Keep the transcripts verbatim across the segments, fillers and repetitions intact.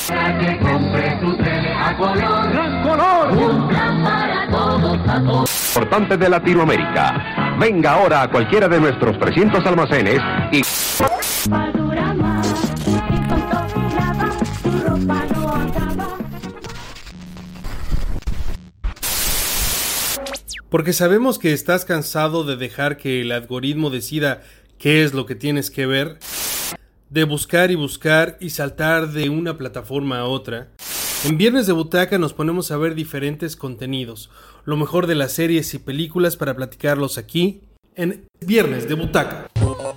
Para que compre tu tele a color. ¡Gran color! Un plan para todos, a todos. Importante de Latinoamérica. Venga ahora a cualquiera de nuestros trescientos almacenes y... Padurama, y con todo lava, tu ropa no acaba. Porque sabemos que estás cansado de dejar que el algoritmo decida qué es lo que tienes que ver, de buscar y buscar y saltar de una plataforma a otra. En Viernes de Butaca nos ponemos a ver diferentes contenidos, lo mejor de las series y películas para platicarlos aquí en Viernes de Butaca.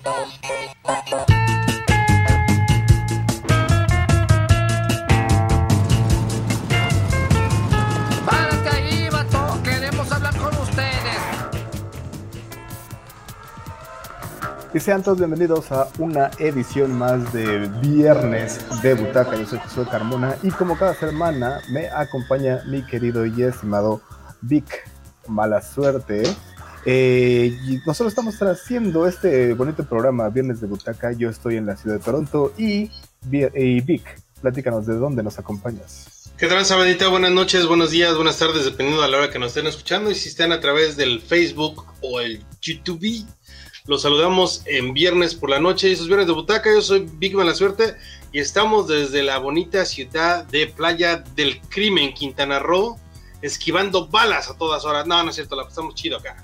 Párate ahí, vato, queremos hablar con ustedes. Y sean todos bienvenidos a una edición más de Viernes de Butaca. Yo soy Josué Carmona y como cada semana me acompaña mi querido y estimado Vic Mala Suerte. Eh, y nosotros estamos haciendo este bonito programa Viernes de Butaca. Yo estoy en la ciudad de Toronto y, y Vic, platícanos de dónde nos acompañas. ¿Qué tal, Sabadita? Buenas noches, buenos días, buenas tardes, dependiendo de la hora que nos estén escuchando. Y si están a través del Facebook o el YouTube, los saludamos en viernes por la noche. Eso es Viernes de Butaca. Yo soy Big Mala Suerte y estamos desde la bonita ciudad de Playa del Crimen, Quintana Roo, esquivando balas a todas horas. No, no es cierto, la pasamos chido acá.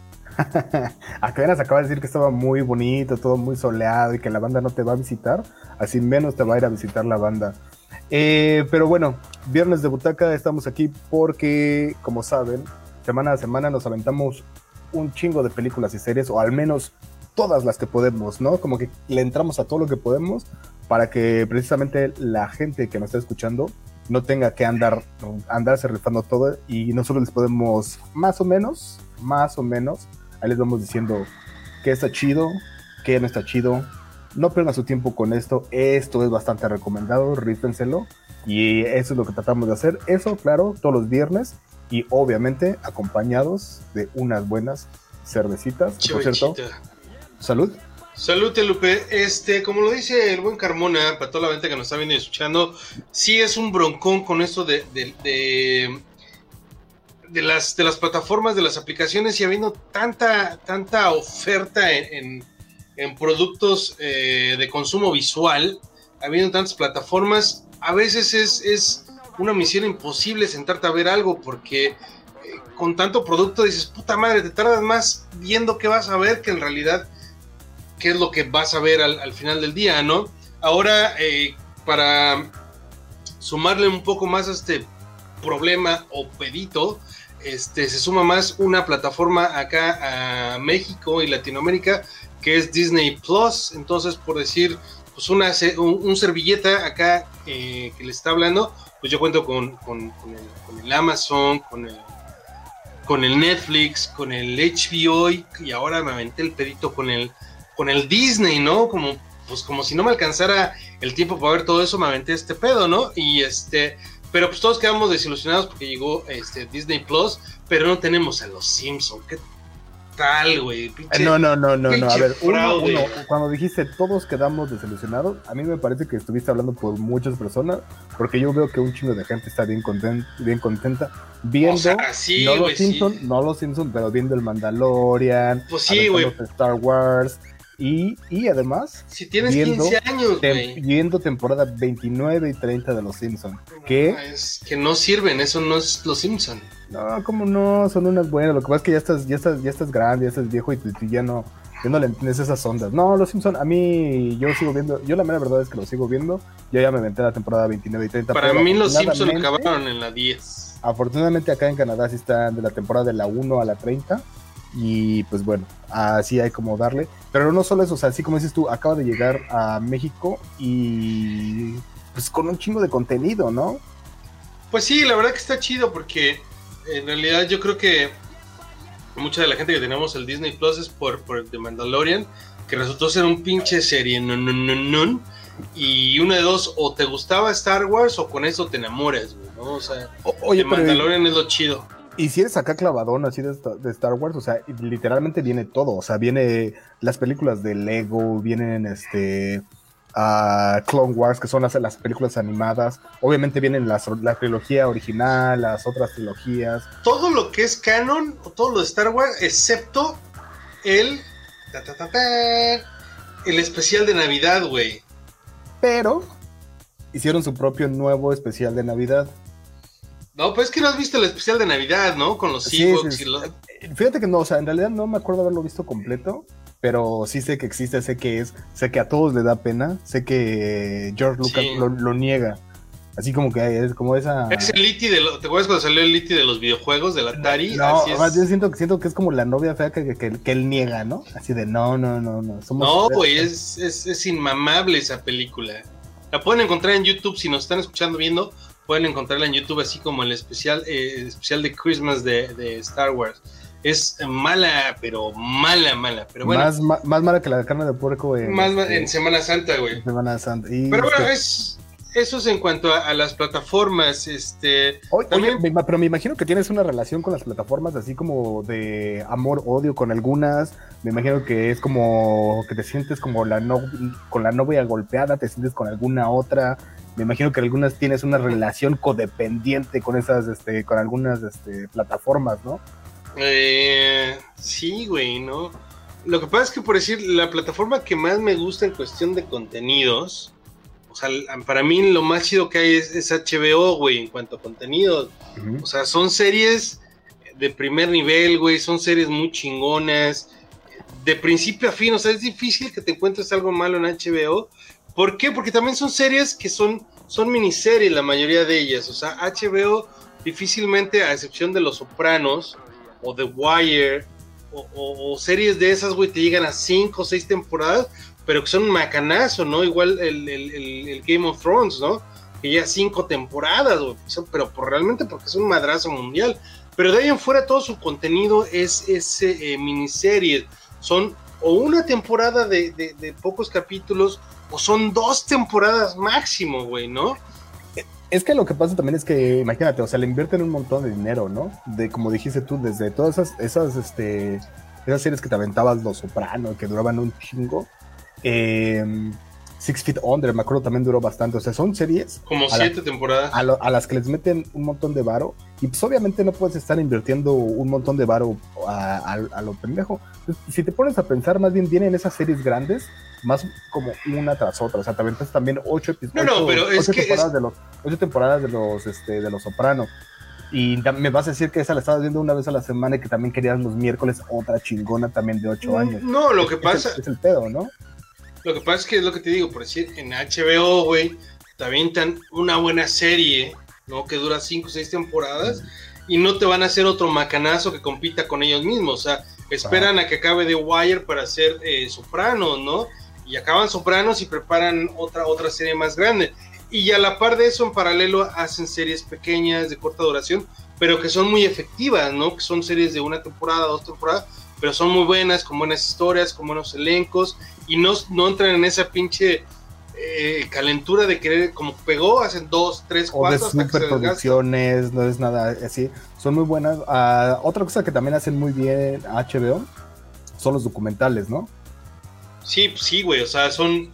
Apenas acaba de decir que estaba muy bonito, todo muy soleado y que la banda no te va a visitar, así menos te va a ir a visitar la banda. Eh, pero bueno, Viernes de Butaca, estamos aquí porque, como saben, semana a semana nos aventamos un chingo de películas y series, o al menos todas las que podemos, ¿no? Como que le entramos a todo lo que podemos para que precisamente la gente que nos está escuchando no tenga que andar andarse rifando todo, y nosotros les podemos más o menos, más o menos, ahí les vamos diciendo qué está chido, qué no está chido. No pierdan su tiempo con esto, esto es bastante recomendado, rífenselo, y eso es lo que tratamos de hacer. Eso, claro, todos los viernes, y obviamente acompañados de unas buenas cervecitas. Por cierto, salud. Salud, Lupe. Este, como lo dice el buen Carmona, para toda la gente que nos está viendo y escuchando, sí es un broncón con esto de, de, de, de, las, de las plataformas, de las aplicaciones, y habiendo tanta, tanta oferta en, en, en productos eh, de consumo visual, habiendo tantas plataformas, a veces es, es una misión imposible sentarte a ver algo, porque eh, con tanto producto dices, puta madre, te tardas más viendo qué vas a ver que en realidad qué es lo que vas a ver al, al final del día, ¿no? Ahora, eh, para sumarle un poco más a este problema o pedito, este, se suma más una plataforma acá a México y Latinoamérica, que es Disney Plus. Entonces, por decir, pues una un, un servilleta acá eh, que le está hablando, pues yo cuento con, con, con, el, con el Amazon, con el, con el Netflix, con el H B O, y ahora me aventé el pedito con el con el Disney, ¿no? Como, pues como si no me alcanzara el tiempo para ver todo eso, me aventé este pedo, ¿no? Y este, pero pues todos quedamos desilusionados porque llegó este Disney Plus, pero no tenemos a los Simpsons. ¿Qué tal, güey? Pinche, no, no, no, no, no, a ver, uno, uno, fraude. cuando dijiste todos quedamos desilusionados, a mí me parece que estuviste hablando por muchas personas, porque yo veo que un chingo de gente está bien contenta, bien contenta viendo, O sea, sí, no güey, los Simpsons, sí. no los Simpsons, pero viendo el Mandalorian, Pues sí, güey. Star Wars. Y, y además, Si tienes viendo, quince años, tem- güey. viendo temporada veintinueve y treinta de Los Simpsons. ¿Qué? No, es que no sirven, eso no es Los Simpsons. No, ¿cómo no? Son unas buenas. Lo que pasa es que ya estás, ya estás, ya estás grande, ya estás viejo y tú, tú ya no, ya no le entiendes esas ondas. No, Los Simpsons, a mí, yo sigo viendo, yo la mera verdad es que lo sigo viendo. Yo ya me aventé la temporada veintinueve y treinta. Para pero mí Los Simpsons afortunadamente- acabaron en la diez. Afortunadamente acá en Canadá sí están de la temporada de la uno a la treinta. Y pues bueno, así hay como darle. Pero no solo eso, o sea, así como dices tú, acaba de llegar a México y pues con un chingo de contenido, ¿no? Pues sí, la verdad que está chido, porque en realidad yo creo que mucha de la gente que tenemos el Disney Plus es por, por The Mandalorian, que resultó ser un pinche serie, no, no, no, no. Y una de dos, o te gustaba Star Wars o con eso te enamoras, güey, ¿no? O sea, O- oye, The pero- Mandalorian es lo chido. Y si eres acá clavadón así de, esta- de Star Wars, o sea, literalmente viene todo, o sea, viene las películas de Lego, vienen este a Clone Wars, que son las, las películas animadas. Obviamente vienen las, la trilogía original, las otras trilogías. Todo lo que es canon, o todo lo de Star Wars, excepto el... Ta, ta, ta, ta, el especial de Navidad, güey. Pero hicieron su propio nuevo especial de Navidad. No, pues es que no has visto el especial de Navidad, ¿no? Con los Sí, Ewoks sí, y los... Fíjate que no, o sea, en realidad no me acuerdo haberlo visto completo, pero sí sé que existe, sé que es, sé que a todos le da pena, sé que George Lucas Sí. lo, lo niega, así como que es como esa... Es el Liti de los... ¿Te acuerdas cuando salió el Liti de los videojuegos, del Atari? No, Así es. más bien siento, siento que es como la novia fea que, que, que él niega, ¿no? Así de, no, no, no, no, somos... No, güey, es, es, es inmamable esa película. La pueden encontrar en YouTube, si nos están escuchando, viendo, pueden encontrarla en YouTube, así como el especial, eh, el especial de Christmas de, de Star Wars. Es mala, pero mala, mala. Pero bueno, más, más, más mala que la carne de puerco en, más, más este, en Semana Santa, güey. en Semana Santa. Y Pero bueno, este, es, eso es en cuanto a, a las plataformas. Este, Oye, también, oye, me- pero me imagino que tienes una relación con las plataformas así como de amor-odio con algunas. Me imagino que es como que te sientes como la no, con la novia golpeada, te sientes con alguna otra. Me imagino que algunas tienes una relación codependiente con esas, este, con algunas este, plataformas, ¿no? eh, sí, güey, ¿no? Lo que pasa es que, por decir, la plataforma que más me gusta en cuestión de contenidos, o sea, para mí lo más chido que hay es, es H B O, güey, en cuanto a contenidos. Ujú. O sea, son series de primer nivel, güey, son series muy chingonas, de principio a fin. O sea, es difícil que te encuentres algo malo en H B O. ¿Por qué? Porque también son series que son, son miniseries, la mayoría de ellas. O sea, H B O difícilmente, a excepción de Los Sopranos o The Wire o, o, o series de esas, güey, te llegan a cinco o seis temporadas, pero que son un macanazo, ¿no? Igual el, el, el, el Game of Thrones, ¿no? Que ya cinco temporadas, güey, pero por, realmente porque es un madrazo mundial. Pero de ahí en fuera todo su contenido es, es eh, miniseries. Son o una temporada de, de, de pocos capítulos o son dos temporadas máximo, güey, ¿no? Es que lo que pasa también es que, imagínate, o sea, le invierten un montón de dinero, ¿no? De, como dijiste tú, desde todas esas, esas, este, esas series que te aventabas, Los Sopranos, que duraban un chingo. Eh, Six Feet Under, me acuerdo, también duró bastante. O sea, son series Como a, la- siete temporadas. a, lo- a las que les meten un montón de varo. Y pues obviamente no puedes estar invirtiendo un montón de varo a, a- a lo pendejo. Entonces, si te pones a pensar, más bien vienen esas series grandes, más como una tras otra. O sea, te aventas también ocho episodios. No, no, pero es que temporadas es- de los ocho temporadas de los este de los Soprano. Y da- me vas a decir que esa la estabas viendo una vez a la semana y que también querías los miércoles otra chingona también de ocho años. No, lo que Es- pasa, es el, es el pedo, ¿no? lo que pasa es que es lo que te digo, por decir, en H B O, güey, te avientan una buena serie, ¿no? Que dura cinco o seis temporadas y no te van a hacer otro macanazo que compita con ellos mismos. O sea, esperan a que acabe The Wire para hacer eh, Sopranos, ¿no? Y acaban Sopranos y preparan otra, otra serie más grande. Y a la par de eso, en paralelo, hacen series pequeñas de corta duración, pero que son muy efectivas, ¿no? Que son series de una temporada, dos temporadas, pero son muy buenas, con buenas historias, con buenos elencos, y no, no entran en esa pinche eh, calentura de querer, como pegó, hacen dos, tres, O de cuatro, hasta que se desgasta. superproducciones, no es nada así. Son muy buenas. Ah, otra cosa que también hacen muy bien H B O son los documentales, ¿no? Sí, sí, güey, o sea, son...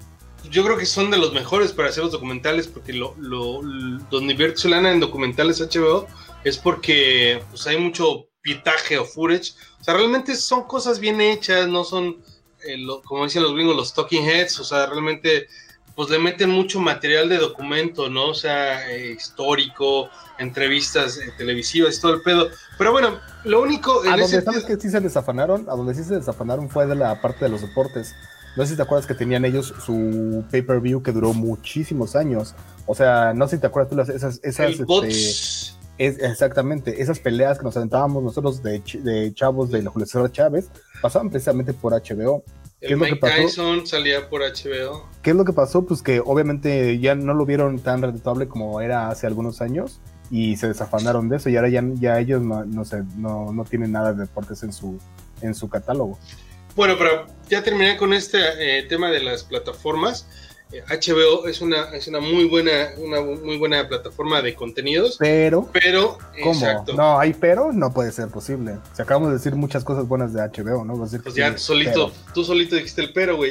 Yo creo que son de los mejores para hacer los documentales, porque lo, lo, lo- donde invierte su lana en documentales H B O es porque pues, hay mucho pitaje o footage. O sea, realmente son cosas bien hechas, no son, eh, lo- como dicen los gringos, los talking heads. O sea, realmente pues le meten mucho material de documento, ¿no? O sea, eh, histórico, entrevistas eh, televisivas y todo el pedo. Pero bueno, lo único... A En donde ese sabes que sí se desafanaron, a donde sí se desafanaron fue de la parte de los deportes. No sé si te acuerdas que tenían ellos su pay-per-view que duró muchísimos años. O sea, no sé si te acuerdas tú las, esas, esas el este, bots... es, exactamente, esas peleas que nos aventábamos nosotros de, ch- de chavos de Julio César Chávez, pasaban precisamente por H B O. ¿Qué El es lo que Mike pasó? Tyson salía por H B O. ¿Qué es lo que pasó? Pues que obviamente ya no lo vieron tan rentable como era hace algunos años y se desafanaron de eso y ahora ya, ya ellos no, no, sé, no, no tienen nada de deportes en su, en su catálogo. Bueno, pero ya terminé con este eh, tema de las plataformas. Eh, H B O es una, es una muy buena, una muy buena plataforma de contenidos, Pero, pero ¿cómo? exacto. No, hay pero, no puede ser posible. Si acabamos de decir muchas cosas buenas de H B O, ¿no? Vas a decir que Pues ya sí, tú solito, pero. tú solito dijiste el pero, güey.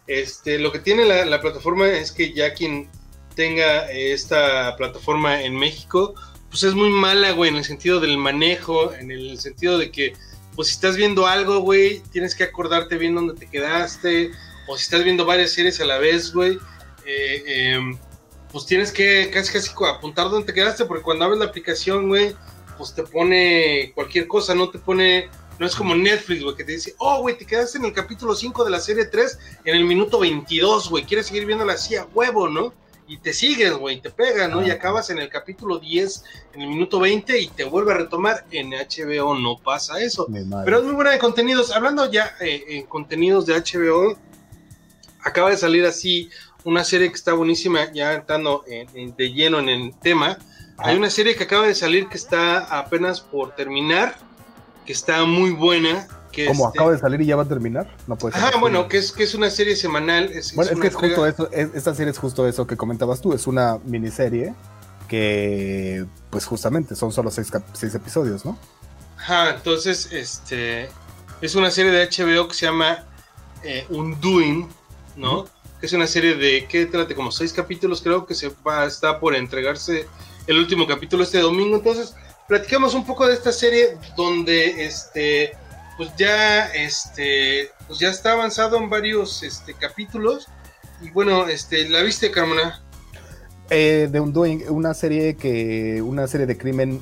Este, lo que tiene la, la plataforma es que ya quien tenga esta plataforma en México, pues es muy mala, güey, en el sentido del manejo, en el sentido de que, pues si estás viendo algo, güey, tienes que acordarte bien dónde te quedaste, o si estás viendo varias series a la vez, güey, eh, eh, pues tienes que casi casi apuntar dónde te quedaste, porque cuando abres la aplicación, güey, pues te pone cualquier cosa, no te pone, no es como Netflix, güey, que te dice, oh, güey, te quedaste en el capítulo cinco de la serie tres en el minuto veintidós, güey, quieres seguir viéndola así a huevo, ¿no? Y te sigues, güey, te pega, ¿no? Y acabas en el capítulo diez, en el minuto veinte, y te vuelve a retomar. En H B O no pasa eso. Pero es muy buena de contenidos. Hablando ya eh, en contenidos de H B O, acaba de salir así una serie que está buenísima, ya entrando en, en, de lleno en el tema. Ah. Hay una serie que acaba de salir que está apenas por terminar, que está muy buena. ¿Cómo este... acaba de salir y ya va a terminar? No puede ser. Ajá, bueno, que es, que es una serie semanal. Es, bueno, es, es que es entrega... justo eso, es, esta serie es justo eso que comentabas tú, es una miniserie que, pues justamente, son solo seis, seis episodios, ¿no? Ajá, entonces, este, es una serie de H B O que se llama eh, Undoing, ¿no? Uh-huh. Que es una serie de, ¿qué trate? Como seis capítulos, creo que se va, está por entregarse el último capítulo este domingo. Entonces, platicamos un poco de esta serie donde, este... pues ya este pues ya está avanzado en varios este capítulos y bueno, este ¿la viste, Carmona? Eh, de Undoing, una serie que una serie de crimen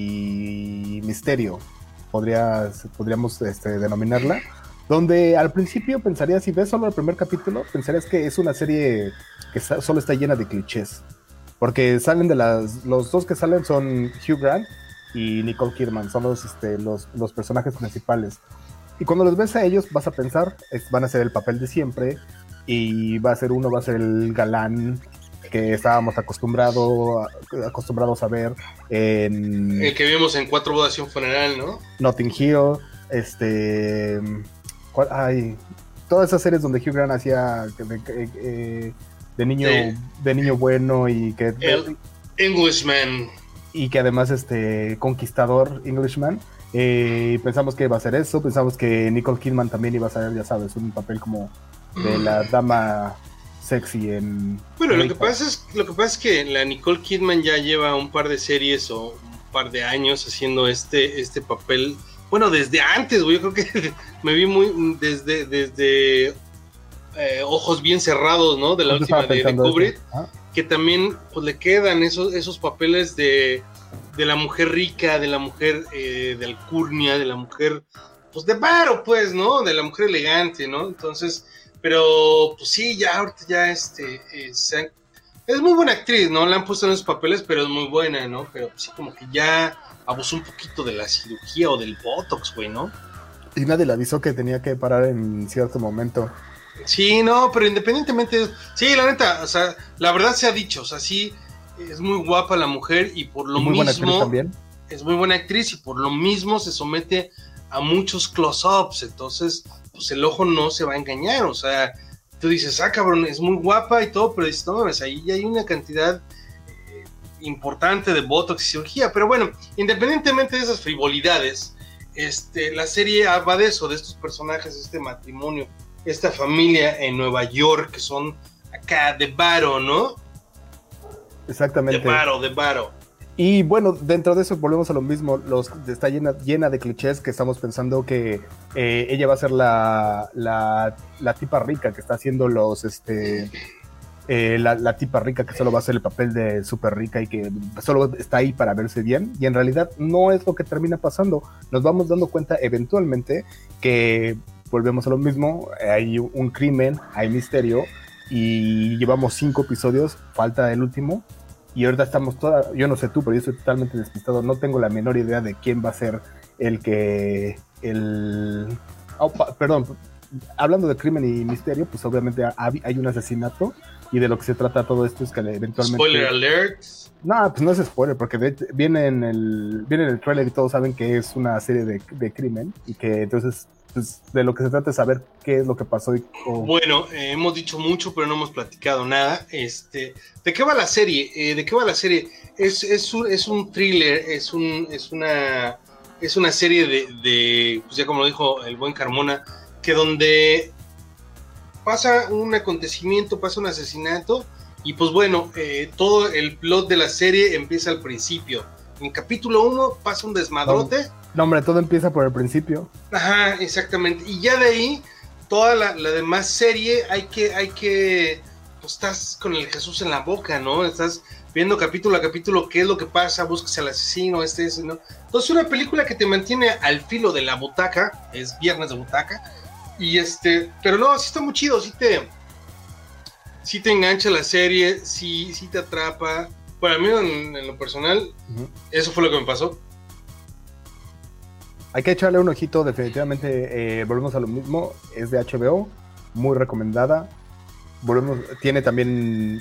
y misterio podría podríamos este, denominarla, donde al principio pensarías, si ves solo el primer capítulo, pensarías que es una serie que solo está llena de clichés, porque salen de las los dos que salen son Hugh Grant y Nicole Kidman, son los, este, los, los personajes principales. Y cuando los ves a ellos, vas a pensar, es, van a ser el papel de siempre, y va a ser uno, va a ser el galán que estábamos acostumbrado, acostumbrados a ver en... El que vimos en Cuatro bodas y un funeral, ¿no? Notting Hill, este... ¿cuál? Ay, todas esas series donde Hugh Grant hacía de, de, de, niño, sí. de niño bueno y que... El Englishman... y que además este conquistador Englishman, eh, pensamos que iba a ser eso, pensamos que Nicole Kidman también iba a ser, ya sabes, un papel como de la dama sexy en... Bueno, lo que pasa es lo que pasa es que la Nicole Kidman ya lleva un par de series o un par de años haciendo este, este papel, bueno, desde antes, güey, yo creo que me vi muy, desde, desde eh, Ojos bien cerrados, ¿no? De la última de, de Kubrick. ¿Ah? Que también pues le quedan esos, esos papeles de, de la mujer rica, de la mujer eh, de alcurnia, de la mujer pues de varo, pues, ¿no? De la mujer elegante, ¿no? Entonces, pero pues sí, ya ahorita ya este eh, se, es muy buena actriz, ¿no? La han puesto en esos papeles, pero es muy buena, ¿no? Pero sí como que ya abusó un poquito de la cirugía o del botox, güey, ¿no? Y nadie le avisó que tenía que parar en cierto momento. Sí, no, pero independientemente, sí, la neta, o sea, la verdad se ha dicho, o sea, sí, es muy guapa la mujer y por lo muy mismo, también. Es muy buena actriz y por lo mismo se somete a muchos close-ups, entonces, pues el ojo no se va a engañar, o sea, tú dices, ah, cabrón, es muy guapa y todo, pero dices, no, pues ahí ya hay una cantidad eh, importante de botox y cirugía, pero bueno, independientemente de esas frivolidades, este, la serie va de eso, de estos personajes, este matrimonio, esta familia en Nueva York, que son acá de varo, ¿no? Exactamente. De varo, de varo. Y bueno, dentro de eso volvemos a lo mismo, los, está llena, llena de clichés que estamos pensando que eh, ella va a ser la, la, la tipa rica que está haciendo los, este, eh, la, la tipa rica que solo va a hacer el papel de súper rica y que solo está ahí para verse bien, y en realidad no es lo que termina pasando. Nos vamos dando cuenta eventualmente que volvemos a lo mismo, hay un crimen, hay misterio, y llevamos cinco episodios, falta el último, y ahorita estamos toda, yo no sé tú, pero yo estoy totalmente despistado, no tengo la menor idea de quién va a ser el que, el, oh, pa, perdón, hablando de crimen y misterio, pues obviamente hay un asesinato, y de lo que se trata todo esto es que eventualmente... Spoiler alert. No, pues no es spoiler, porque de, viene, en el, viene en el trailer y todos saben que es una serie de, de crimen, y que entonces... pues de lo que se trata es saber qué es lo que pasó. Y, oh. Bueno, eh, hemos dicho mucho, pero no hemos platicado nada. Este, ¿de qué va la serie? Eh, ¿De qué va la serie? Es, es, un, es un thriller, es, un, es, una, es una serie de, de, pues ya como lo dijo el buen Carmona, que donde pasa un acontecimiento, pasa un asesinato, y pues bueno, eh, todo el plot de la serie empieza al principio. En capítulo uno pasa un desmadrote. No, no, hombre, todo empieza por el principio. Ajá, exactamente. Y ya de ahí, toda la, la demás serie, hay que, hay que, pues estás con el Jesús en la boca, ¿no? Estás viendo capítulo a capítulo qué es lo que pasa, buscas al asesino, este, ese, ¿no? Entonces, una película que te mantiene al filo de la butaca, es Viernes de Butaca, y este, pero no, sí está muy chido, sí te, sí te engancha la serie, sí, sí te atrapa. Para mí, en, en lo personal, uh-huh. Eso fue lo que me pasó. Hay que echarle un ojito, definitivamente. Eh, volvemos a lo mismo, es de H B O, muy recomendada. Volvemos, tiene también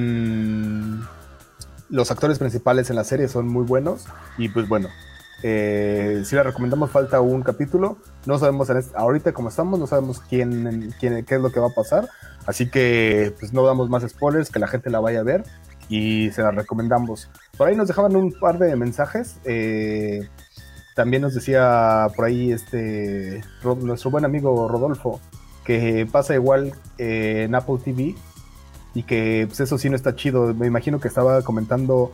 un... Los actores principales en la serie son muy buenos, y pues bueno, eh, si la recomendamos, falta un capítulo. No sabemos, en este, ahorita como estamos, no sabemos quién, quién, qué es lo que va a pasar, así que pues no damos más spoilers, que la gente la vaya a ver, y se la recomendamos. Por ahí nos dejaban un par de mensajes, eh... También nos decía por ahí este nuestro buen amigo Rodolfo que pasa igual eh, en Apple T V, y que pues eso sí no está chido. Me imagino que estaba comentando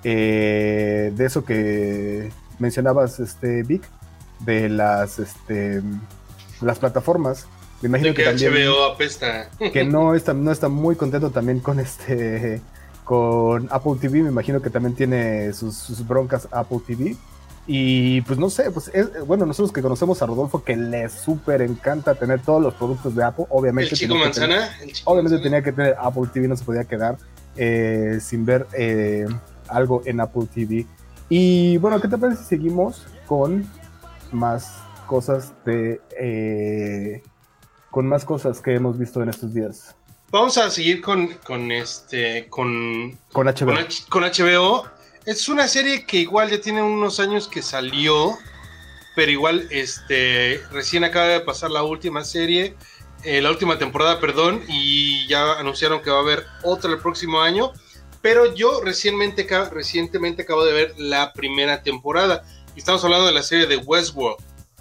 eh, de eso que mencionabas, este Vic, de las este las plataformas. Me imagino de que, que también H B O apesta. Que no está, no está muy contento también con este con Apple T V. Me imagino que también tiene sus, sus broncas Apple T V. Y pues no sé, pues es, bueno, nosotros que conocemos a Rodolfo, que le súper encanta tener todos los productos de Apple, obviamente. El chico manzana. Tener, el chico obviamente manzana. Tenía que tener Apple T V, no se podía quedar eh, sin ver eh, algo en Apple T V. Y bueno, ¿qué te parece si seguimos con más cosas de eh, con más cosas que hemos visto en estos días? Vamos a seguir con, con este con, con H B O. Con, H, con H B O. Es una serie que igual ya tiene unos años que salió, pero igual este recién acaba de pasar la última serie, eh, la última temporada, perdón, y ya anunciaron que va a haber otra el próximo año, pero yo recientemente, recientemente acabo de ver la primera temporada, y estamos hablando de la serie de Westworld,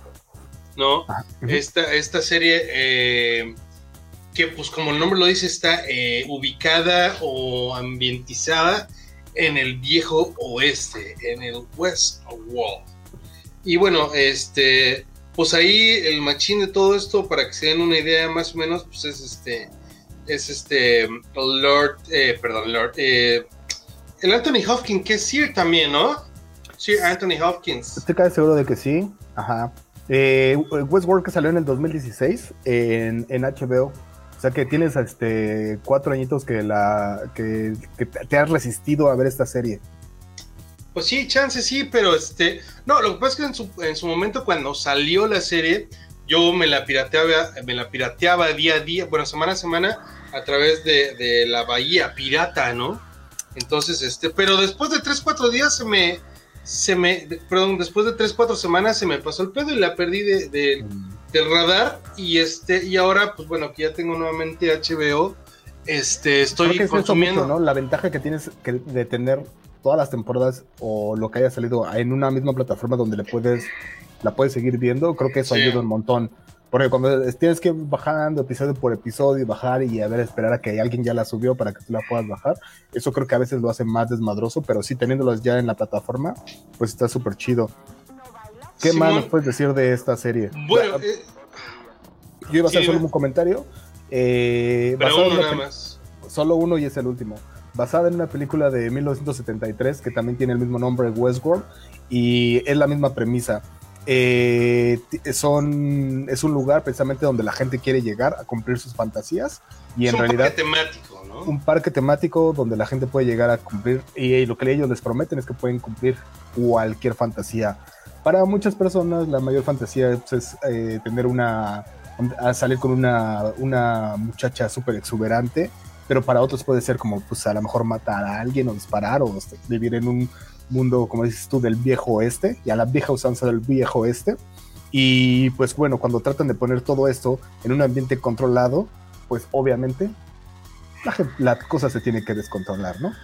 ¿no? Ah, uh-huh. Esta, esta serie eh, que pues como el nombre lo dice, está eh, ubicada o ambientizada en el viejo oeste, en el Westworld. Y bueno, este, pues ahí el machín de todo esto, para que se den una idea más o menos, pues es este, es este, Lord, eh, perdón, Lord, eh, el Anthony Hopkins, que es Sir también, ¿no? Sir Anthony Hopkins. Estoy casi seguro de que sí, ajá. Eh, Westworld, que salió en el dos mil dieciséis en, en H B O. O sea que tienes este cuatro añitos que la que, que te has resistido a ver esta serie. Pues sí, chance sí, pero este no, lo que pasa es que en su, en su momento cuando salió la serie, yo me la pirateaba, me la pirateaba día a día, bueno, semana a semana, a través de, de la Bahía Pirata, ¿no? Entonces, este, pero después de tres, cuatro días se me, se me, perdón, después de tres, cuatro semanas se me pasó el pedo y la perdí de, de mm. del radar, y este y ahora pues bueno, que ya tengo nuevamente H B O, este estoy Creo que es consumiendo mucho, ¿no? La ventaja que tienes que de tener todas las temporadas o lo que haya salido en una misma plataforma donde le puedes la puedes seguir viendo, creo que eso sí. ayuda un montón, porque cuando tienes que ir bajando episodio por episodio y bajar y a ver, esperar a que alguien ya la subió para que tú la puedas bajar, eso creo que a veces lo hace más desmadroso, pero sí, teniéndolos ya en la plataforma, pues está súper chido. ¿Qué Simón, más nos puedes decir de esta serie? Bueno, eh, yo iba a hacer sí, solo un comentario. Eh, pero uno nada pe- más. Solo uno, y es el último. Basada en una película de mil novecientos setenta y tres que también tiene el mismo nombre, Westworld, y es la misma premisa. Eh, son, es un lugar precisamente donde la gente quiere llegar a cumplir sus fantasías. Y es en un realidad, parque temático, ¿no? Un parque temático donde la gente puede llegar a cumplir, y, y lo que ellos les prometen es que pueden cumplir cualquier fantasía. Para muchas personas la mayor fantasía pues, es eh, tener una a salir con una, una muchacha súper exuberante, pero para otros puede ser como pues a lo mejor matar a alguien o disparar o vivir en un mundo, como dices tú, del viejo oeste, y a la vieja usanza del viejo oeste. Y pues bueno, cuando tratan de poner todo esto en un ambiente controlado, pues obviamente la, la cosa se tiene que descontrolar, ¿no?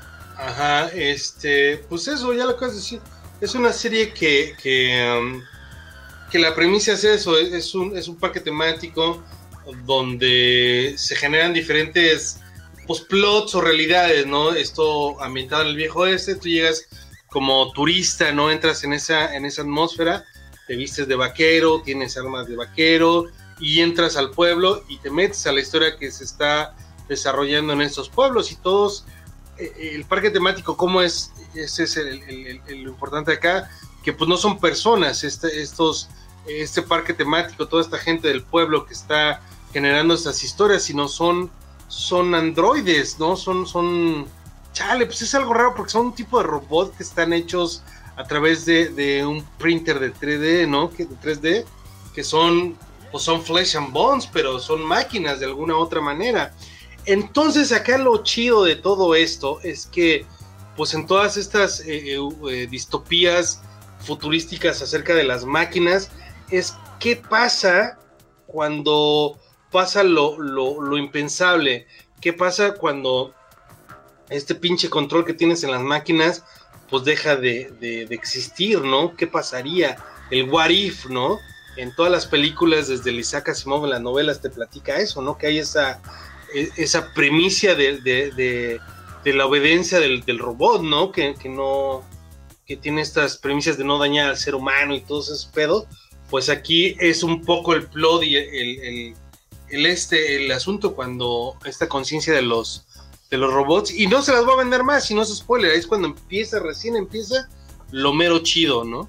Ajá, este, pues eso, ya lo acabas de decir. Es una serie que, que, um, que la premisa es eso, es un, es un parque temático, donde se generan diferentes pues, plots o realidades, ¿no? Esto ambientado en el viejo oeste, tú llegas como turista, ¿no? Entras en esa, en esa atmósfera, te vistes de vaquero, tienes armas de vaquero y entras al pueblo y te metes a la historia que se está desarrollando en estos pueblos y todos, eh, el parque temático, ¿cómo es? Ese es el, el, el, el, lo importante acá, que pues no son personas, este, estos, este parque temático, toda esta gente del pueblo que está generando estas historias, sino son, son androides, ¿no? Son, son, chale, pues es algo raro porque son un tipo de robot que están hechos a través de, de un printer de tres D, ¿no? Que, de tres D, que son, pues son flesh and bones, pero son máquinas de alguna otra manera. Entonces acá lo chido de todo esto es que pues en todas estas eh, eh, distopías futurísticas acerca de las máquinas es qué pasa cuando pasa lo, lo, lo impensable, qué pasa cuando este pinche control que tienes en las máquinas pues deja de, de, de existir, ¿no? ¿Qué pasaría? El what if, ¿no? En todas las películas desde el Isaac Asimov en las novelas te platica eso, ¿no? Que hay esa, esa primicia de, de, de, de la obediencia del, del robot, ¿no? Que, que no, que tiene estas premisas de no dañar al ser humano y todos esos pedos. Pues aquí es un poco el plot y el, el, el, este, el asunto cuando esta conciencia de los, de los robots, y no se las voy a vender más, si no es spoiler, es cuando empieza, recién empieza lo mero chido, ¿no?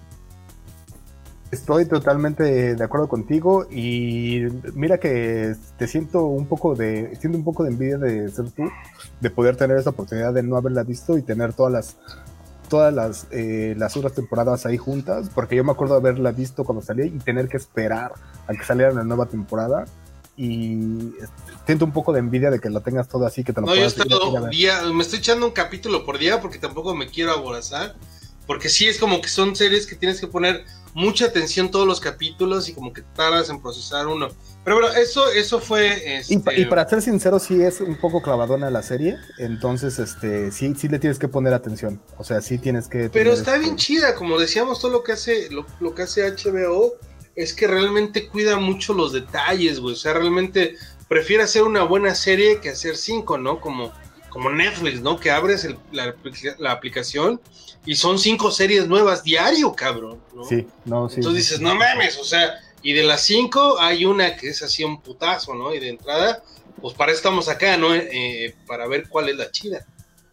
Estoy totalmente de acuerdo contigo y mira que te siento un poco de siento un poco de envidia de ser tú, de poder tener esa oportunidad de no haberla visto y tener todas las todas las eh, las otras temporadas ahí juntas, porque yo me acuerdo de haberla visto cuando salía y tener que esperar a que saliera la nueva temporada y siento un poco de envidia de que lo tengas todo así, que te lo no, yo he puedas estado día, me estoy echando un capítulo por día porque tampoco me quiero aborazar, porque sí es como que son series que tienes que poner mucha atención todos los capítulos y como que tardas en procesar uno. Pero bueno, eso, eso fue... Este... Y, pa- y para ser sincero, sí es un poco clavadona la serie, entonces este sí, sí le tienes que poner atención. O sea, sí tienes que... Pero está este... bien chida, como decíamos, todo lo que hace, lo, lo que hace H B O es que realmente cuida mucho los detalles, güey. O sea, realmente prefiere hacer una buena serie que hacer cinco, ¿no? Como, como Netflix, ¿no? Que abres el, la, la aplicación y son cinco series nuevas diario, cabrón, ¿no? Sí, no, sí. Entonces dices, no mames, o sea, y de las cinco hay una que es así un putazo, ¿no? Y de entrada, pues para eso estamos acá, ¿no? Eh, para ver cuál es la chida.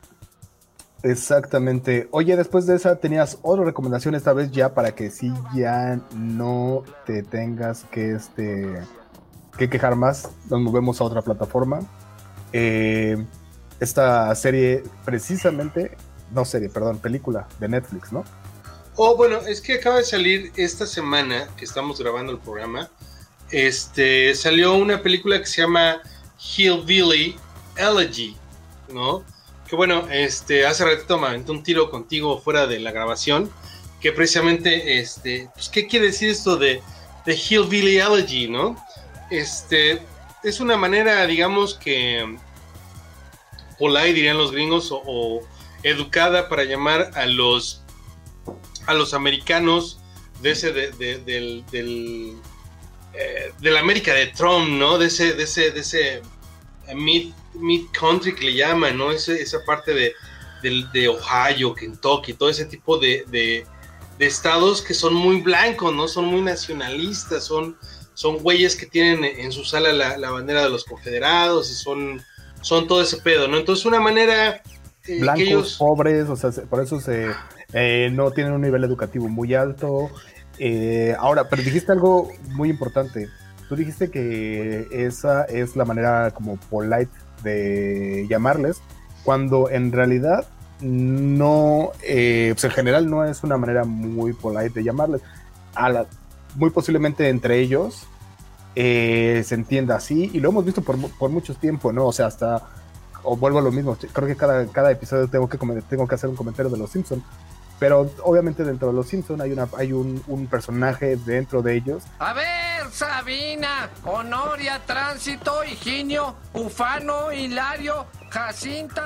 Exactamente. Oye, después de esa tenías otra recomendación esta vez ya para que sí ya no te tengas que este que quejar más. Nos movemos a otra plataforma. Eh, esta serie precisamente, no serie, perdón, película de Netflix, ¿no? Oh, bueno, es que acaba de salir esta semana que estamos grabando el programa. Este salió una película que se llama Hillbilly Elegy, ¿no? Que bueno, este, hace ratito me aventé un tiro contigo fuera de la grabación, que precisamente, este, pues, ¿qué quiere decir esto de, de Hillbilly Elegy, no? Este, es una manera, digamos que, polite, dirían los gringos, o, o educada para llamar a los, a los americanos de ese, de, de, del, del, eh, de la América de Trump, ¿no? De ese, de ese, de ese mid mid country que le llaman, ¿no? Ese, esa parte de, de, de Ohio, Kentucky, todo ese tipo de, de, de estados que son muy blancos, ¿no? Son muy nacionalistas, son, son güeyes que tienen en su sala la, la bandera de los confederados y son, son todo ese pedo, ¿no? Entonces una manera eh, blancos, que ellos... pobres, o sea, por eso se eh, no tienen un nivel educativo muy alto. Eh, ahora, pero dijiste algo muy importante. Tú dijiste que esa es la manera como polite de llamarles, cuando en realidad no, eh, pues en general no es una manera muy polite de llamarles. A la, muy posiblemente entre ellos eh, se entienda así, y lo hemos visto por, por mucho tiempo, ¿no? O sea, hasta, o vuelvo a lo mismo, creo que cada, cada episodio tengo que, tengo que hacer un comentario de los Simpsons. Pero obviamente dentro de los Simpsons hay, una, hay un, un personaje dentro de ellos. A ver, Sabina, Honoria, Tránsito, Higinio, Ufano, Hilario, Jacinta,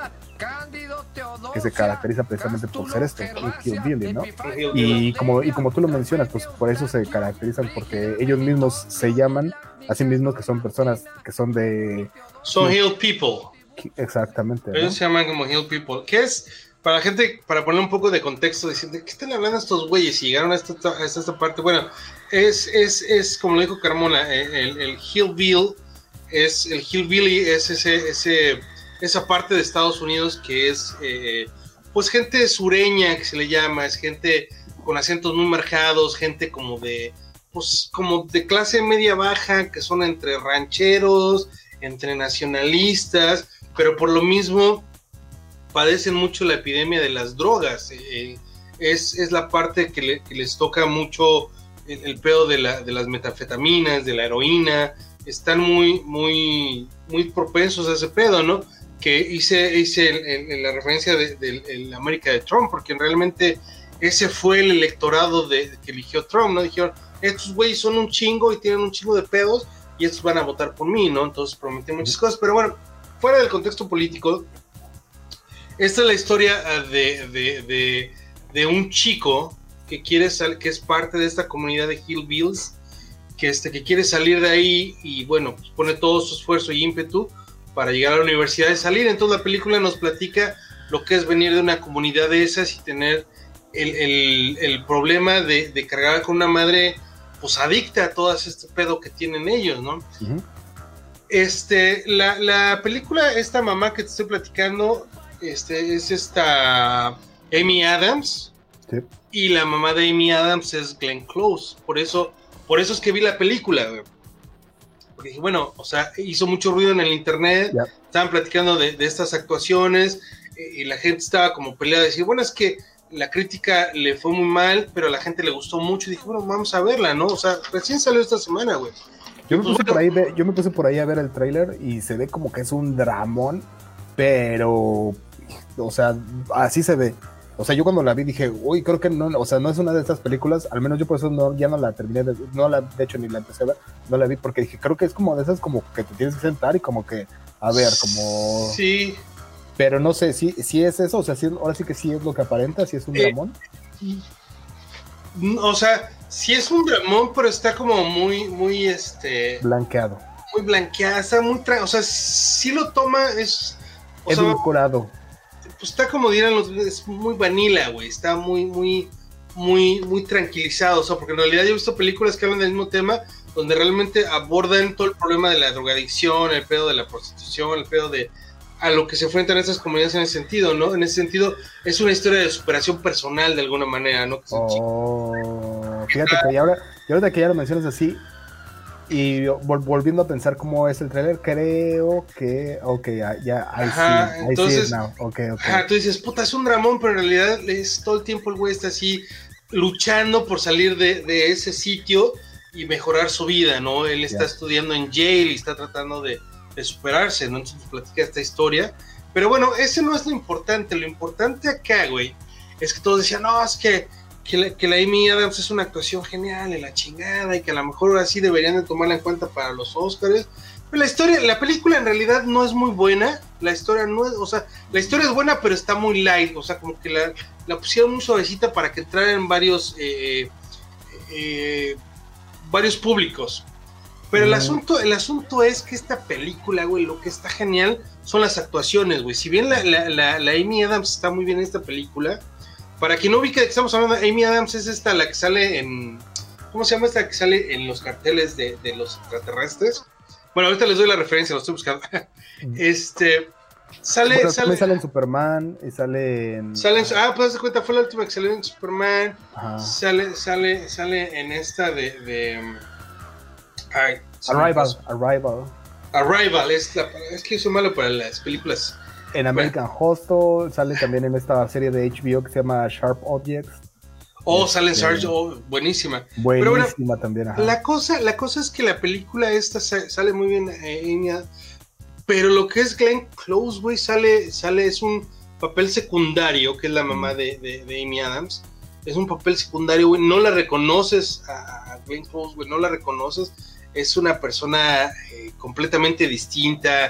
que se caracteriza precisamente por ser esto, un hillbilly, ¿no? Y como, y como tú lo mencionas, pues por eso se caracterizan, porque ellos mismos se llaman a sí mismos que son personas que son de... Son hill people. Exactamente, ¿no? Ellos se llaman como hill people, que es... Para la gente, para poner un poco de contexto, diciendo, ¿qué están hablando estos güeyes? Y llegaron a esta, a esta parte. Bueno, es, es, es como lo dijo Carmona, el, el hillbilly es, el hillbilly es ese, ese, esa parte de Estados Unidos que es, eh, pues, gente sureña, que se le llama, es gente con acentos muy marcados, gente como de, pues, como de clase media baja, que son entre rancheros, entre nacionalistas, pero por lo mismo padecen mucho la epidemia de las drogas. Eh, es, es la parte que, le, que les toca mucho el, el pedo de, la, de las metanfetaminas, de la heroína. Están muy, muy, muy propensos a ese pedo, ¿no? Que hice, hice el, el, el, la referencia de, de, de la América de Trump, porque realmente ese fue el electorado de, de que eligió Trump, ¿no? Dijeron, estos güeyes son un chingo y tienen un chingo de pedos y estos van a votar por mí, ¿no? Entonces prometen muchas cosas, pero bueno, fuera del contexto político, esta es la historia de, de, de, de un chico que quiere sal, que es parte de esta comunidad de hillbillies, que, este, que quiere salir de ahí y bueno, pues pone todo su esfuerzo y ímpetu para llegar a la universidad y salir. Entonces la película nos platica lo que es venir de una comunidad de esas y tener el, el, el problema de, de cargar con una madre pues adicta a todo este pedo que tienen ellos, ¿no? Uh-huh. Este, la, la película, esta mamá que te estoy platicando, Este, es esta Amy Adams, sí. Y la mamá de Amy Adams es Glenn Close, por eso, por eso es que vi la película, güey. Porque dije, bueno, o sea, hizo mucho ruido en el internet, yeah. Estaban platicando de, de estas actuaciones, eh, y la gente estaba como peleada, decir, bueno, es que la crítica le fue muy mal, pero a la gente le gustó mucho, y dije, bueno, vamos a verla, ¿no? O sea, recién salió esta semana, güey. Yo me, puse por ahí, yo me puse por ahí a ver el tráiler, y se ve como que es un dramón, pero... O sea, así se ve. O sea, yo cuando la vi dije, uy, creo que no, o sea, no es una de estas películas, al menos yo por eso no, ya no la terminé, de, no la, de hecho ni la empecé a ver, no la vi porque dije, creo que es como de esas como que te tienes que sentar y como que, a ver, como... Sí. Pero no sé, si, si es eso, o sea, si, ahora sí que sí es lo que aparenta, si es un eh, dramón. O sea, sí es un dramón, pero está como muy, muy, este... Blanqueado. Muy blanqueado, está muy, tra- o sea, sí lo toma, es... Edulcorado. Pues está como dirán los, es muy vanilla, güey, está muy, muy, muy, muy tranquilizado, o sea, porque en realidad yo he visto películas que hablan del mismo tema, donde realmente abordan todo el problema de la drogadicción, el pedo de la prostitución, el pedo de a lo que se enfrentan estas comunidades en ese sentido, ¿no? En ese sentido, es una historia de superación personal de alguna manera, ¿no? Oh, fíjate que ya ahora, y ahorita que ya lo mencionas así, y vol- volviendo a pensar cómo es el tráiler, creo que, ok, ya, ya, ahí ajá, sí, entonces, sí now. Okay, okay. Ajá, tú dices, puta, es un dramón, pero en realidad es todo el tiempo el güey está así luchando por salir de, de ese sitio y mejorar su vida, ¿no? Él está yeah. estudiando en Yale y está tratando de, de superarse, ¿no? Entonces platica esta historia, pero bueno, ese no es lo importante, lo importante acá, güey, es que todos decían, no, es que Que la, que la Amy Adams es una actuación genial, en la chingada, y que a lo mejor ahora sí deberían de tomarla en cuenta para los Oscars. Pero la historia, la película en realidad no es muy buena, la historia no es, o sea, la historia es buena, pero está muy light, o sea, como que la, la pusieron muy suavecita para que entraran en varios, eh, eh, varios públicos. Pero mm. el asunto, el asunto es que esta película, güey, lo que está genial son las actuaciones, güey. Si bien la, la, la, la Amy Adams está muy bien en esta película, para quien no ubica de que estamos hablando, Amy Adams es esta, la que sale en... ¿Cómo se llama esta que sale en los carteles de, de los extraterrestres? Bueno, ahorita les doy la referencia, lo estoy buscando. este... Sale... Bueno, sale, sale en Superman y sale en... Sale en... Ah, pues haz de cuenta, fue la última que salió en Superman. Ajá. Sale, sale, sale en esta de... de ay, Arrival, Arrival. Arrival, es, la, es que soy malo para las películas... En American bueno. Hostel, sale también en esta serie de H B O que se llama Sharp Objects. Oh, sale en Sharp, oh, buenísima. Buenísima Pero bueno, también. Ajá. La cosa, la cosa es que la película esta sale muy bien, eh, pero lo que es Glenn Close, güey, sale, sale, es un papel secundario, que es la mamá de, de, de Amy Adams. Es un papel secundario, güey, no la reconoces a, a Glenn Close, güey, no la reconoces. Es una persona eh, completamente distinta.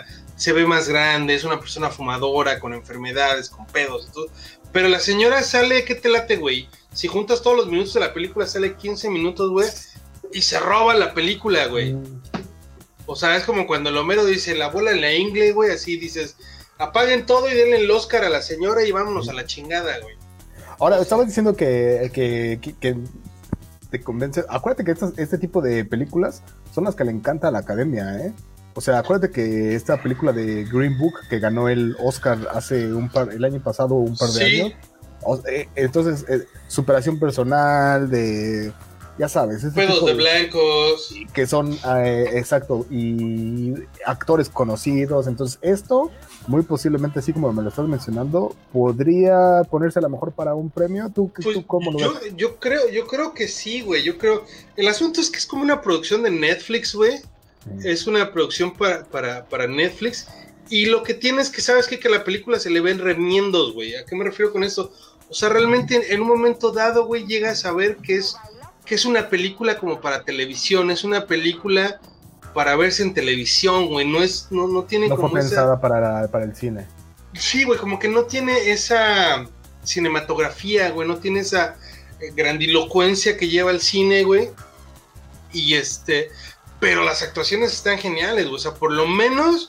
se ve más grande, es una persona fumadora, con enfermedades, con pedos y todo. Pero la señora sale, ¿qué te late, güey? Si juntas todos los minutos de la película, sale quince minutos, güey, y se roba la película, güey. O sea, es como cuando el Homero dice, la bola en la ingle, güey, así dices, apaguen todo y denle el Oscar a la señora y vámonos a la chingada, güey. Ahora, estabas diciendo que, que, que, que te convence. Acuérdate que estas, este tipo de películas son las que le encanta a la academia, ¿eh? O sea, acuérdate que esta película de Green Book, que ganó el Oscar hace un par, el año pasado, un par de Sí. años. O, eh, entonces, eh, superación personal, de, ya sabes, este Pedos tipo de blancos. que son, eh, exacto, y actores conocidos. Entonces, esto, muy posiblemente, así como me lo estás mencionando, podría ponerse a lo mejor para un premio. ¿Tú, Pues, tú cómo lo yo, ves? yo creo, yo creo que sí, güey. Yo creo. El asunto es que es como una producción de Netflix, güey. Es una producción para, para, para Netflix. Y lo que tiene es que, ¿sabes qué? Que la película se le ven remiendos, güey. ¿A qué me refiero con esto? O sea, realmente en, en un momento dado, güey, llegas a ver que es, que es una película como para televisión. Es una película para verse en televisión, güey. No es, no, no tiene No como fue esa... pensada para, la- para el cine. Sí, güey, como que no tiene esa cinematografía, güey, no tiene esa eh, grandilocuencia que lleva el cine, güey. Y este, pero las actuaciones están geniales, güey. O sea, por lo menos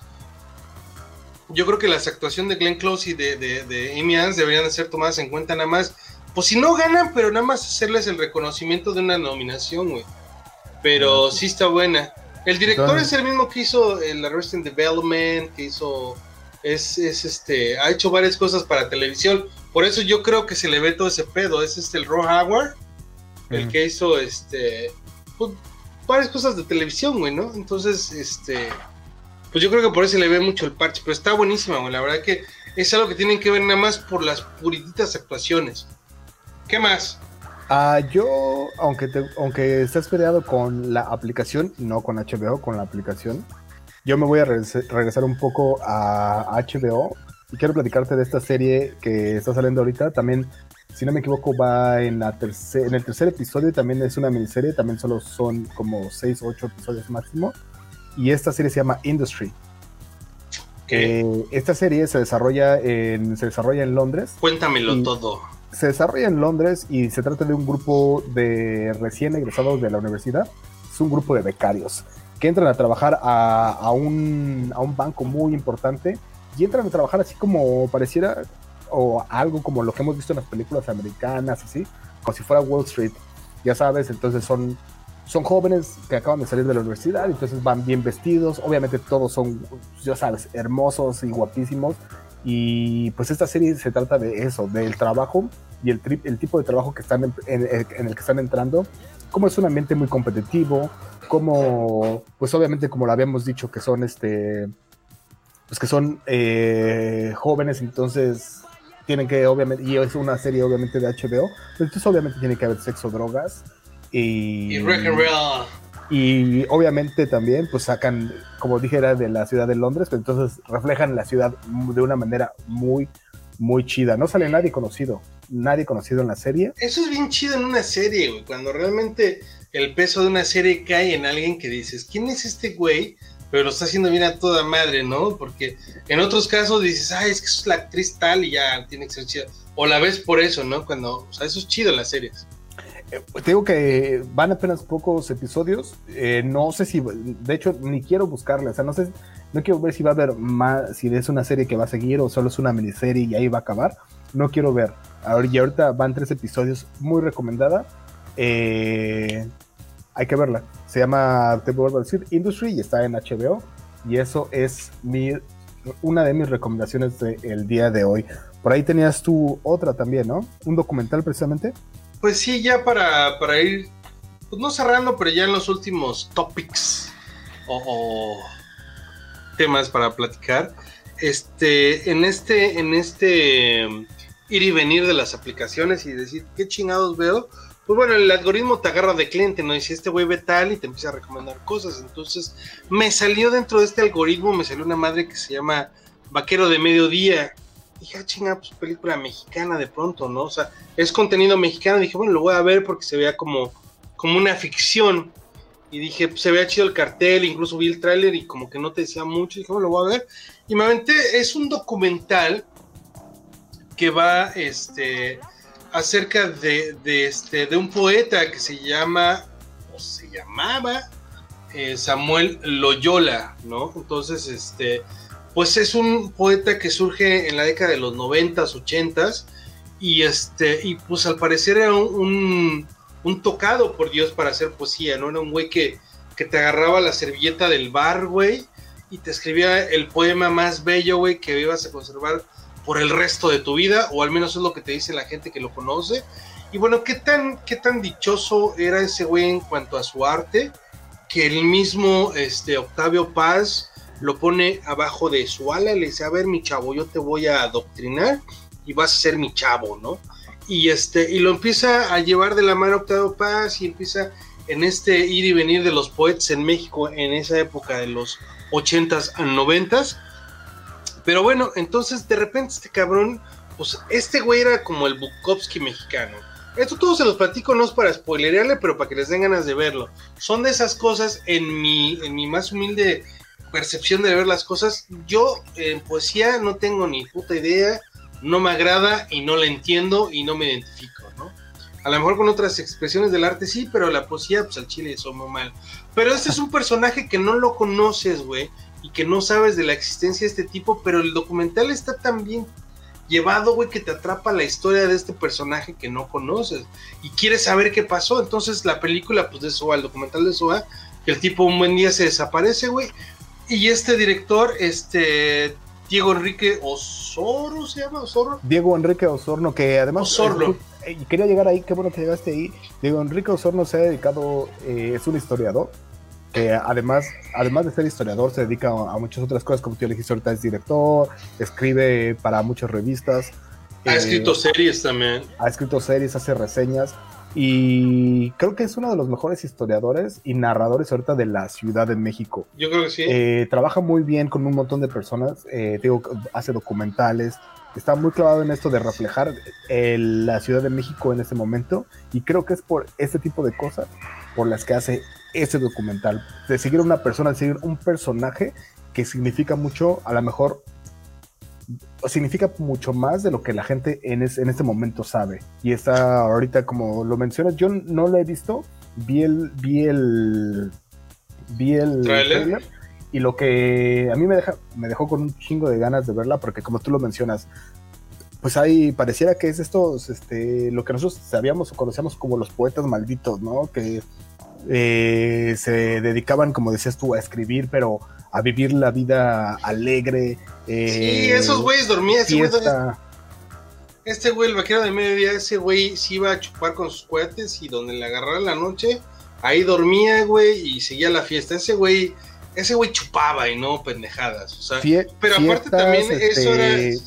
yo creo que las actuaciones de Glenn Close y de, de, de Amy Adams deberían de ser tomadas en cuenta nada más. Pues si no ganan, pero nada más hacerles el reconocimiento de una nominación, güey. Pero sí está buena. El director Entonces- es el mismo que hizo el Arrested Development, que hizo... Es, es este, ha hecho varias cosas para televisión, por eso yo creo que se le ve todo ese pedo. Es este el Ron Howard, el Mm. que hizo este, pues, varias cosas de televisión, güey, ¿no? Entonces, este, pues yo creo que por eso se le ve mucho el parche, pero está buenísima, güey. La verdad que es algo que tienen que ver nada más por las purititas actuaciones. ¿Qué más? Ah, yo, aunque te, aunque estés peleado con la aplicación, no con H B O, con la aplicación, yo me voy a regres- regresar un poco a H B O y quiero platicarte de esta serie que está saliendo ahorita. También, si no me equivoco, va en, la terce- en el tercer episodio, también es una miniserie, también solo son como seis o ocho episodios máximo. Y esta serie se llama Industry. ¿Qué? Eh, esta serie se desarrolla en, se desarrolla en Londres. Cuéntamelo y- todo. Se desarrolla en Londres y se trata de un grupo de recién egresados de la universidad. Es un grupo de becarios que entran a trabajar a, a, un, a un banco muy importante y entran a trabajar así como pareciera, o algo como lo que hemos visto en las películas americanas, así, como si fuera Wall Street, ya sabes. Entonces son, son jóvenes que acaban de salir de la universidad, entonces van bien vestidos, obviamente todos son, ya sabes, hermosos y guapísimos. Y pues esta serie se trata de eso, del trabajo y el, tri- el tipo de trabajo que están en, en- en el que están entrando, cómo es un ambiente muy competitivo, cómo, pues obviamente como lo habíamos dicho, que son este, pues que son eh, jóvenes, entonces tienen que obviamente, y es una serie obviamente de H B O, entonces obviamente tiene que haber sexo, drogas y... Y rock and roll. Y obviamente también pues sacan, como dije, era de la ciudad de Londres, pero entonces reflejan la ciudad de una manera muy, muy chida. No sale nadie conocido, nadie conocido en la serie. Eso es bien chido en una serie, güey, cuando realmente el peso de una serie cae en alguien que dices, ¿quién es este güey? Pero lo está haciendo bien a toda madre, ¿no? Porque en otros casos dices, ay, es que es la actriz tal y ya tiene que ser chida. O la ves por eso, ¿no? Cuando, o sea, eso es chido en las series. Eh, te digo que van apenas pocos episodios, eh, no sé si, de hecho, ni quiero buscarla, o sea, no sé, no quiero ver si va a haber más, si es una serie que va a seguir o solo es una miniserie y ahí va a acabar, no quiero ver. Ahora, y ahorita van tres episodios, muy recomendada, eh, hay que verla, se llama, te vuelvo a decir, Industry y está en H B O, y eso es mi, una de mis recomendaciones del día de hoy. Por ahí tenías tú otra también, ¿no? Un documental precisamente. Pues sí, ya para, para ir, pues no cerrando, pero ya en los últimos topics o, o temas para platicar, este, en este, en este um, ir y venir de las aplicaciones y decir, ¿qué chingados veo? Pues bueno, el algoritmo te agarra de cliente, ¿no? Y si este güey ve tal y te empieza a recomendar cosas. Entonces, me salió dentro de este algoritmo, me salió una madre que se llama Vaquero de Mediodía. Dije, ah, chinga, pues película mexicana de pronto, ¿no? O sea, es contenido mexicano. Dije, bueno, lo voy a ver porque se vea como, como una ficción. y dije, pues, se veía chido el cartel, incluso vi el tráiler y como que no te decía mucho, y dije, bueno, lo voy a ver, y me aventé, es un documental que va, este, acerca de, de, este, de un poeta que se llama, o se llamaba, eh, Samuel Loyola, ¿no? Entonces, este, pues es un poeta que surge en la década de los noventas, ochentas, y este, y pues al parecer era un, un, un tocado por Dios para hacer poesía, ¿no? Era un güey que, que te agarraba la servilleta del bar, güey, y te escribía el poema más bello, güey, que ibas a conservar por el resto de tu vida, o al menos es lo que te dice la gente que lo conoce. Y bueno, qué tan, qué tan dichoso era ese güey en cuanto a su arte, que el mismo este, Octavio Paz lo pone abajo de su ala, le dice, a ver, mi chavo, yo te voy a adoctrinar y vas a ser mi chavo, ¿no? Y este, y lo empieza a llevar de la mano Octavio Paz, y empieza en este ir y venir de los poetas en México en esa época de los ochentas a noventas. Pero bueno, entonces de repente este cabrón, pues este güey era como el Bukowski mexicano. Esto todo se los platico, no es para spoilerearle, pero para que les den ganas de verlo. Son de esas cosas, en mi, en mi más humilde percepción de ver las cosas, yo en poesía no tengo ni puta idea, no me agrada y no la entiendo y no me identifico, ¿no? A lo mejor con otras expresiones del arte sí, pero la poesía, pues al chile soy muy mal. Pero este es un personaje que no lo conoces, güey, y que no sabes de la existencia de este tipo, pero el documental está tan bien llevado, güey, que te atrapa la historia de este personaje que no conoces y quieres saber qué pasó. Entonces la película, pues de eso va, el documental de eso va, que el tipo un buen día se desaparece, güey, y este director, este Diego Enrique Osorno, ¿se llama? ¿Osorno? Diego Enrique Osorno, que además... Osorno. Eh, quería llegar ahí, qué bueno que llegaste ahí. Diego Enrique Osorno se ha dedicado, eh, es un historiador, que además, además de ser historiador, se dedica a, a muchas otras cosas, como tú dijiste ahorita, es director, escribe para muchas revistas. Ha eh, escrito series también. Ha escrito series, hace reseñas, y creo que es uno de los mejores historiadores y narradores ahorita de la Ciudad de México. Yo creo que sí. Eh, trabaja muy bien con un montón de personas, eh, digo, hace documentales, está muy clavado en esto de reflejar eh, la Ciudad de México en este momento, y creo que es por este tipo de cosas por las que hace ese documental, de seguir a una persona, de seguir un personaje que significa mucho, a lo mejor significa mucho más de lo que la gente en, es, en este momento sabe, y está ahorita, como lo mencionas, yo no lo he visto, vi el vi el vi el ¿Trailer? trailer, y lo que a mí me deja me dejó con un chingo de ganas de verla, porque como tú lo mencionas, pues ahí pareciera que es estos, este, lo que nosotros sabíamos o conocíamos como los poetas malditos, ¿no? Que eh, se dedicaban, como decías tú, a escribir, pero a vivir la vida alegre. Eh, Sí, esos güeyes dormían. Ese güey, fiesta. este güey, el vaquero de mediodía, ese güey sí iba a chupar con sus cohetes, y donde le agarrara la noche, ahí dormía, güey, y seguía la fiesta. Ese güey, ese güey chupaba y no pendejadas. O sea, Fie- pero aparte fiestas, también eso era... este,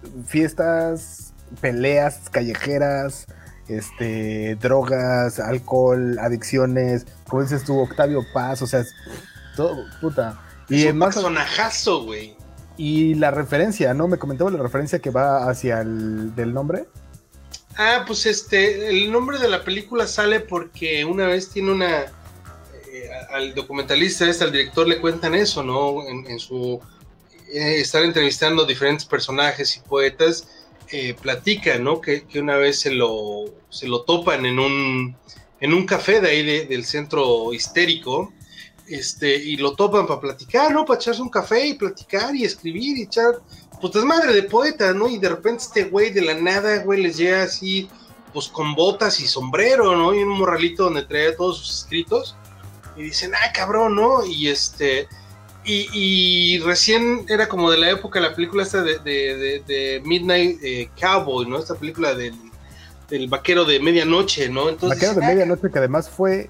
fiestas, peleas callejeras, este, drogas, alcohol, adicciones, como dices tú, Octavio Paz, o sea, es todo, puta. Y Es un además, personajazo, güey. y la referencia, ¿no? Me comentaba la referencia que va hacia el del nombre. Ah, pues este, el nombre de la película sale porque una vez tiene una... eh, al documentalista este, al director le cuentan eso, ¿no? En, en su... Eh, estar entrevistando diferentes personajes y poetas, eh, platican, ¿no? Que, que una vez se lo, se lo topan en un, en un café de ahí de, del centro histérico, este, y lo topan para platicar, ¿no? Para echarse un café y platicar y escribir y echar, pues desmadre de poeta, ¿no? Y de repente este güey de la nada, güey, les llega así, pues con botas y sombrero, ¿no? Y un morralito donde traía todos sus escritos, y dicen, ah, cabrón, ¿no? Y este... Y, y recién era como de la época la película esta de, de, de, de Midnight eh, Cowboy, ¿no? Esta película del, del vaquero de medianoche, ¿no? Entonces, Vaquero de ah, medianoche, que además fue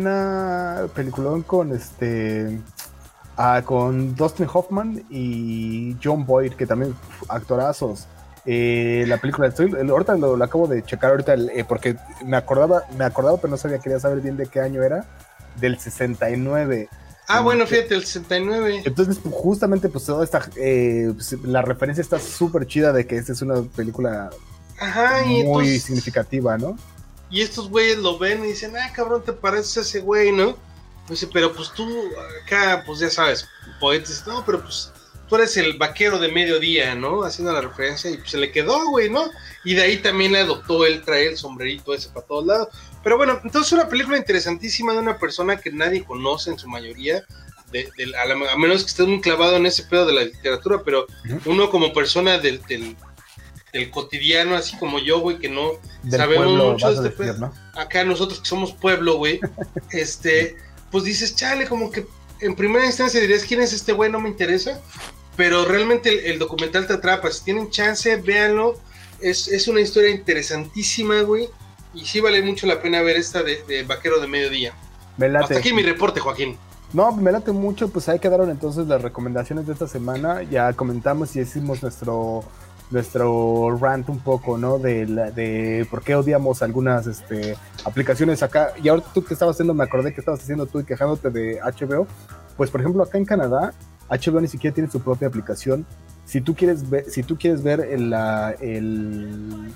una peliculón con este ah, con Dustin Hoffman y John Boyd, que también uf, actorazos. Eh, la película, estoy, ahorita lo, lo acabo de checar ahorita, eh, porque me acordaba, me acordaba, pero no sabía, quería saber bien de qué año era, del sesenta y nueve. Ah, bueno, fíjate, el sesenta y nueve. Entonces, pues, justamente, pues toda esta, eh, pues, la referencia está súper chida de que esta es una película Ajá, y muy entonces, significativa, ¿no? y estos güeyes lo ven y dicen, ah, cabrón, te pareces a ese güey, ¿no? dice, pero pues tú acá, pues ya sabes, poetas, no, pero pues tú eres el vaquero de mediodía, ¿no? Haciendo la referencia y pues se le quedó, güey, ¿no? Y de ahí también le adoptó, él trae el sombrerito ese para todos lados. Pero bueno, entonces una película interesantísima de una persona que nadie conoce en su mayoría, de, de, a, la, a menos que esté muy clavado en ese pedo de la literatura, pero uh-huh. uno como persona del, del, del cotidiano, así como yo, güey, que no del sabemos pueblo, mucho de este decir, pedo, ¿no? Acá nosotros que somos pueblo, güey, este, pues dices, chale, como que en primera instancia dirías, ¿quién es este güey? No me interesa, pero realmente el, el documental te atrapa. Si tienen chance, véanlo, es, es una historia interesantísima, güey, y sí vale mucho la pena ver esta de, de Vaquero de Mediodía. Me late. Hasta aquí mi reporte, Joaquín. No, me late mucho, pues ahí quedaron entonces las recomendaciones de esta semana. Ya comentamos y hicimos nuestro nuestro rant un poco, ¿no? De, la, de por qué odiamos algunas este, aplicaciones acá. Y ahora tú que estabas haciendo, me acordé que estabas haciendo tú y quejándote de H B O. Pues por ejemplo acá en Canadá, H B O ni siquiera tiene su propia aplicación. Si tú quieres ver, si tú quieres ver el, la, el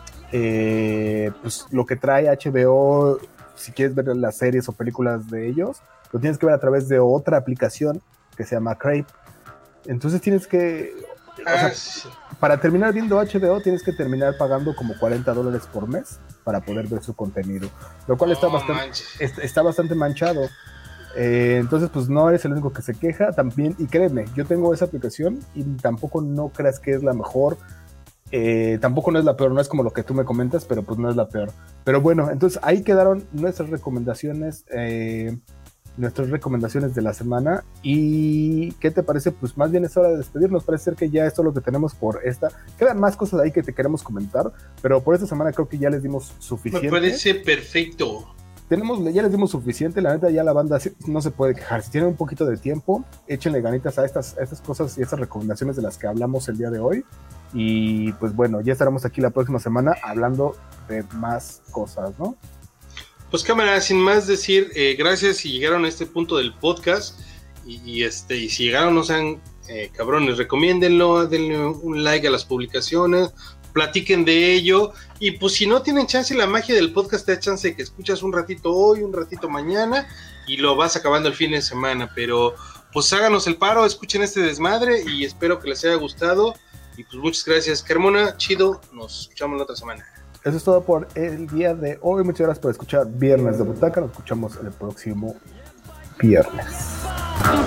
eh, pues lo que trae H B O, si quieres ver las series o películas de ellos, lo tienes que ver a través de otra aplicación que se llama Crave. Entonces tienes que, o sea, para terminar viendo H B O tienes que terminar pagando como cuarenta dólares por mes para poder ver su contenido, lo cual oh, está bastante está, está bastante manchado. Eh, entonces pues no eres el único que se queja también, y créeme, yo tengo esa aplicación y tampoco no creas que es la mejor, eh, tampoco no es la peor, no es como lo que tú me comentas, pero pues no es la peor. Pero bueno, entonces ahí quedaron nuestras recomendaciones, eh, nuestras recomendaciones de la semana. ¿Y qué te parece? Pues más bien es hora de despedirnos. Parece ser que ya esto es lo que tenemos por esta. Quedan más cosas ahí que te queremos comentar, pero por esta semana creo que ya les dimos suficiente. Me parece perfecto. Tenemos, ya les dimos suficiente, la neta ya la banda no se puede quejar. Si tienen un poquito de tiempo, échenle ganitas a estas, a estas cosas y estas recomendaciones de las que hablamos el día de hoy. Y pues bueno, ya estaremos aquí la próxima semana hablando de más cosas, ¿no? Pues cámara, sin más decir, eh, gracias si llegaron a este punto del podcast y, y este y si llegaron no sean eh, cabrones, recomiéndenlo, denle un like a las publicaciones, platiquen de ello, y pues si no tienen chance, la magia del podcast te da chance de que escuchas un ratito hoy, un ratito mañana y lo vas acabando el fin de semana, pero pues háganos el paro, escuchen este desmadre y espero que les haya gustado. Y pues muchas gracias, Carmona, chido, nos escuchamos la otra semana. Eso es todo por el día de hoy, muchas gracias por escuchar Viernes de Butaca, nos escuchamos el próximo viernes.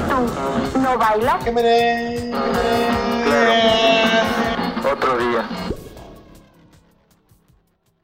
¿Y tú no bailas? ¿Qué me Claro, otro día.